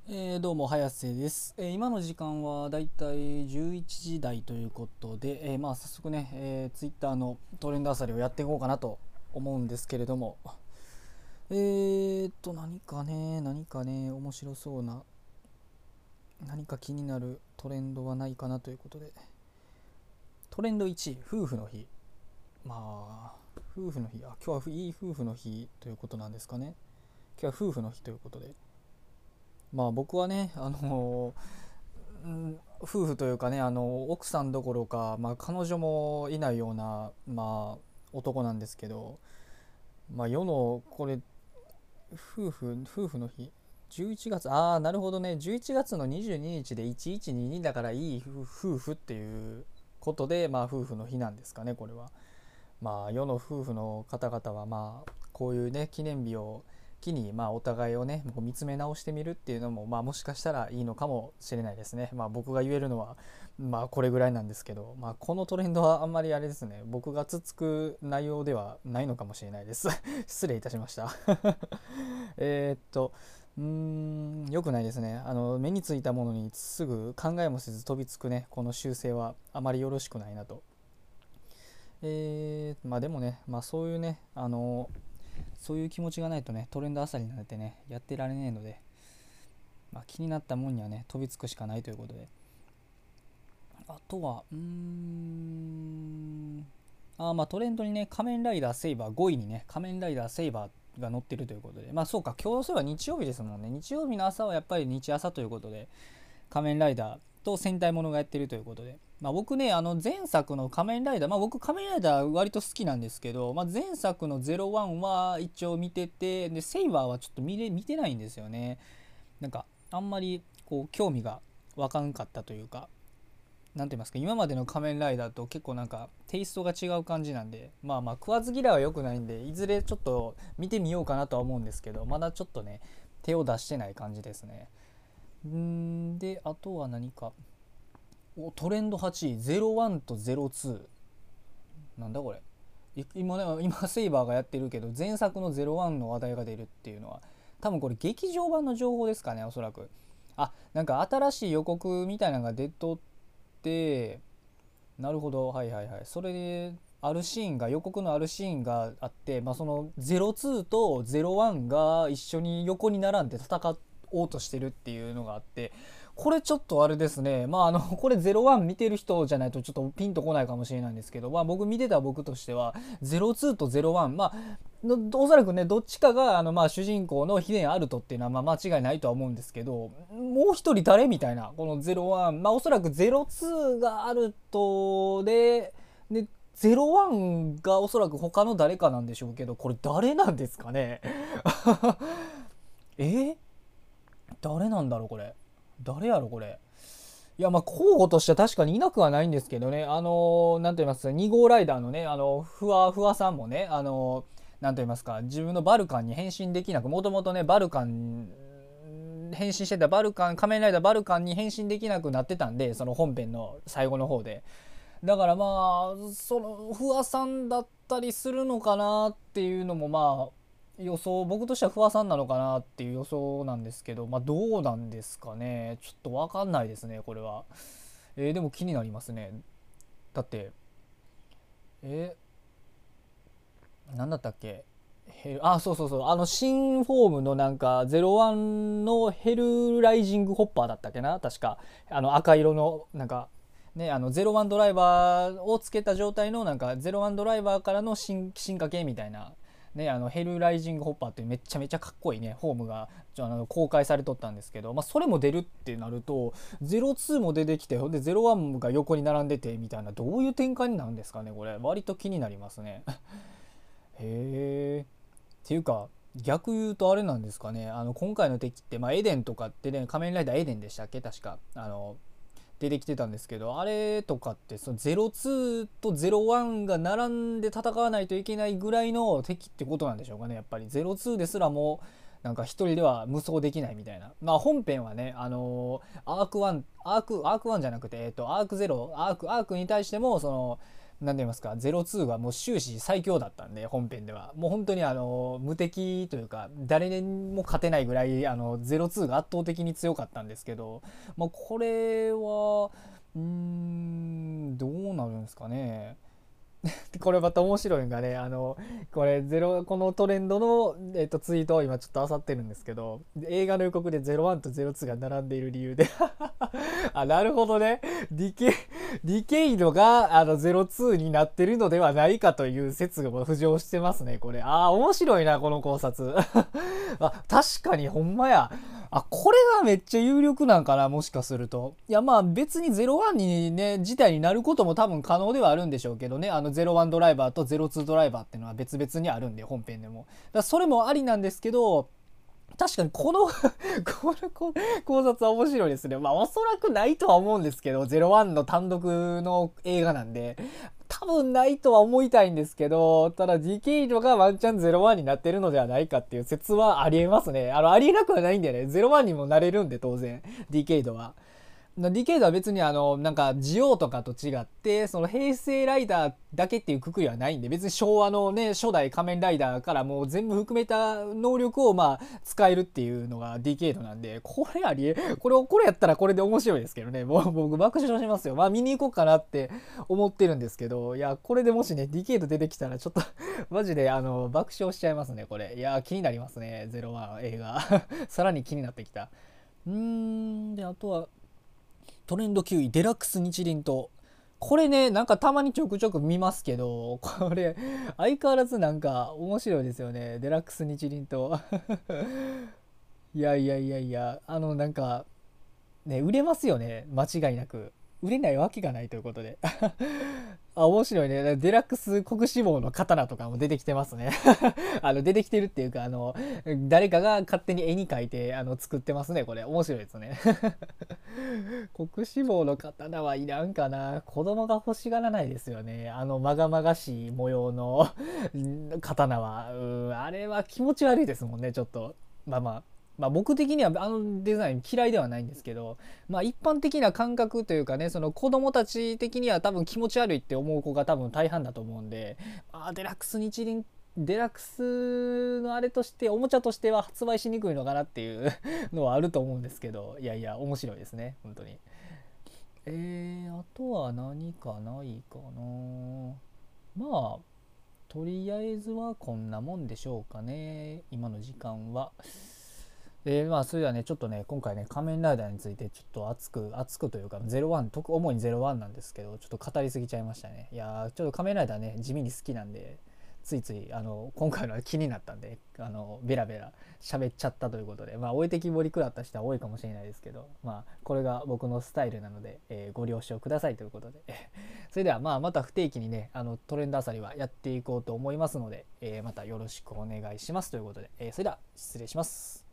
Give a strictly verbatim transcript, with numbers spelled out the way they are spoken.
えーどうも早瀬です、えー今の時間はだいたいじゅういちじ台ということで、えーまあ早速ね、えー、ツイッターのトレンドあさりをやっていこうかなと思うんですけれども、えーっと何かね何かね面白そうな何か気になるトレンドはないかなということで、トレンドいちい、夫婦の日。まあ夫婦の日、あ、今日はいい夫婦の日ということなんですかね。今日は夫婦の日ということで、まあ僕はね、あのーうん、夫婦というかね、あの奥さんどころか、まあ、彼女もいないような、まあ、男なんですけど、まあ、世のこれ夫婦夫婦の日、じゅういちがつ、ああなるほどね、じゅういちがつのにじゅうににちでいちいちににだからいい夫婦っていうことで、まあ、夫婦の日なんですかね、これは。まあ世の夫婦の方々はまあこういうね記念日を機に、まあお互いをね見つめ直してみるっていうのも、まあもしかしたらいいのかもしれないですね。まあ僕が言えるのはまあこれぐらいなんですけど、まあこのトレンドはあんまりあれですね、僕がつつく内容ではないのかもしれないです。失礼いたしました。えーっとうーん良くないですね。あの目についたものにすぐ考えもせず飛びつくね、この習性はあまりよろしくないなと。えー、まあでもね、まあそういうね、あのそういう気持ちがないとね、トレンドあさりなんてね、やってられねえので、まあ、気になったもんにはね、飛びつくしかないということで。あとは、うーん、あまあトレンドにね、仮面ライダーセイバーごいにね、仮面ライダーセイバーが載ってるということで、まあそうか、今日そういえば日曜日ですもんね。日曜日の朝はやっぱり日朝ということで、仮面ライダーと戦隊ものがやってるということで、まあ、僕ね、あの前作の仮面ライダー、まあ、僕仮面ライダー割と好きなんですけど、まあ、前作のゼロワンは一応見てて、でセイバーはちょっと見れ見てないんですよね。なんかあんまりこう興味が湧かんかったというか、なんて言いますか、今までの仮面ライダーと結構なんかテイストが違う感じなんで、まあまあ食わず嫌いは良くないんで、いずれちょっと見てみようかなとは思うんですけど、まだちょっとね手を出してない感じですね。んで、あとは何か、おトレンドはちい、ゼロワンとゼロツー。なんだこれ。今ね、今セイバーがやってるけど、前作のゼロワンの話題が出るっていうのは、多分これ劇場版の情報ですかね、おそらく。あ、なんか新しい予告みたいなのが出とって、なるほど、はいはいはい。それで、あるシーンが、予告のあるシーンがあって、まあ、そのゼロツーとゼロワンが一緒に横に並んで戦おうとしてるっていうのがあって、これちょっとあれですね。まあ、あの、これゼロワン見てる人じゃないとちょっとピンとこないかもしれないんですけど、まあ僕見てた僕としては、ゼロツーとゼロワン、まあ、おそらくね、どっちかが、あの、まあ主人公のヒデンアルトっていうのは、まあ間違いないとは思うんですけど、もう一人誰みたいな、このゼロワン、まあおそらくゼロツーがアルトで、で、ゼロワンがおそらく他の誰かなんでしょうけど、これ誰なんですかね。え誰なんだろうこれ。誰やろこれ。いやまあ候補としては確かにいなくはないんですけどね、あのー、なんと言いますか、に号ライダーのね、あのふわふわさんもね、あのー、なんと言いますか、自分のバルカンに変身できなく、もともとねバルカン変身してたバルカン、仮面ライダーバルカンに変身できなくなってたんで、その本編の最後の方で、だからまあその不破さんだったりするのかなっていうのもまあ予想、僕としては不破さんなのかなっていう予想なんですけど、まあどうなんですかね、ちょっと分かんないですねこれは。えーでも気になりますね。だってえー、なんだったっけ、ヘルあそうそうそう、あの新フォームのなんかゼロワンのヘルライジングホッパーだったっけな、確か。あの赤色のなんかね、あのゼロワンドライバーをつけた状態のなんかゼロワンドライバーからの進進化系みたいな、ね、あのヘルライジングホッパーってめちゃめちゃかっこいいねフォームがあの公開されとったんですけど、まあ、それも出るってなるとゼロツーも出てきて、ほんでゼロワンが横に並んでてみたいな、どういう展開になるんですかねこれ。割と気になりますね。へえ。っていうか逆言うとあれなんですかね、あの今回の敵って、まあ、エデンとかってね、仮面ライダーエデンでしたっけ確か、あの出てきてたんですけど、あれとかってそのゼロツーとゼロワンが並んで戦わないといけないぐらいの敵ってことなんでしょうかね。やっぱりゼロツーですらもなんか一人では無双できないみたいな。まあ本編はね、あのーアークワン、アーク、アークワンじゃなくて、えっと、アークゼロ、アーク、アークに対しても、その、 何て言いますか、ゼロツーがもう終始最強だったんで、本編ではもう本当にあの無敵というか誰にも勝てないぐらいあのゼロツーが圧倒的に強かったんですけど、まあ、これはうーんどうなるんですかね。これまた面白いのがね、あのこれゼロこのトレンドの、えっと、ツイートを今ちょっと漁ってるんですけど、映画の予告でゼロワンとゼロツーが並んでいる理由であ、なるほどね。ディケディケイドがあのゼロツーになってるのではないかという説が浮上してますね、これ。ああ、面白いなこの考察あ、確かにほんまや。あ、これがめっちゃ有力なんかな、もしかすると。いや、まあ別にゼロワンにね、自体になることも多分可能ではあるんでしょうけどね、あのゼロワンドライバーとゼロツードライバーっていうのは別々にあるんで、本編でも。だからそれもありなんですけど、確かにこのこの考察は面白いですね。まあおそらくないとは思うんですけど、ゼロワンの単独の映画なんで、多分ないとは思いたいんですけど、ただディケイドがワンチャンゼロワンになってるのではないかっていう説はありえますね。あの、ありえなくはないんだよね。ゼロワンにもなれるんで当然、ディケイドは。ディケイドは別にあのなんかジオウとかと違ってその平成ライダーだけっていうくくりはないんで、別に昭和のね初代仮面ライダーからもう全部含めた能力をまあ使えるっていうのがディケイドなんで、これありえこれこれやったらこれで面白いですけどね。もう僕爆笑しますよ。まあ見に行こうかなって思ってるんですけど、いやこれでもしねディケイド出てきたらちょっとマジであの爆笑しちゃいますねこれ。いや気になりますね、ゼロワン映画さらに気になってきた。うーんであとはトレンドきゅういデラックス日輪刀。これねなんかたまにちょくちょく見ますけど、これ相変わらずなんか面白いですよね、デラックス日輪刀いやいやいやいや、あのなんかね売れますよね、間違いなく。売れないわけがないということであ、面白いね。デラックス国志望の刀とかも出てきてますねあの出てきてるっていうか、あの誰かが勝手に絵に描いてあの作ってますね、これ面白いですね国志望の刀はいらんかな。子供が欲しがらないですよね、あのまがまがしい模様の刀は。うん、あれは気持ち悪いですもんね、ちょっと。まあまあまあ僕的にはあのデザイン嫌いではないんですけど、まあ一般的な感覚というかね、その子供たち的には多分気持ち悪いって思う子が多分大半だと思うんで、まあ、デラックス日輪デラックスのあれとしておもちゃとしては発売しにくいのかなっていうのはあると思うんですけど、いやいや面白いですね本当に。えー、あとは何かないかな。まあとりあえずはこんなもんでしょうかね、今の時間は。でまあそれではねちょっとね今回ね仮面ライダーについてちょっと熱く熱くというかゼロワン特主にゼロワンなんですけど、ちょっと語りすぎちゃいましたね。いやーちょっと仮面ライダーね地味に好きなんで、ついついあの今回のは気になったんであのベラベラ喋っちゃったということで、まあ置いてきぼり食らった人は多いかもしれないですけど、まあこれが僕のスタイルなので、えー、ご了承くださいということでそれではまあまた不定期にねあのトレンドあさりはやっていこうと思いますので、えー、またよろしくお願いしますということで、えー、それでは失礼します。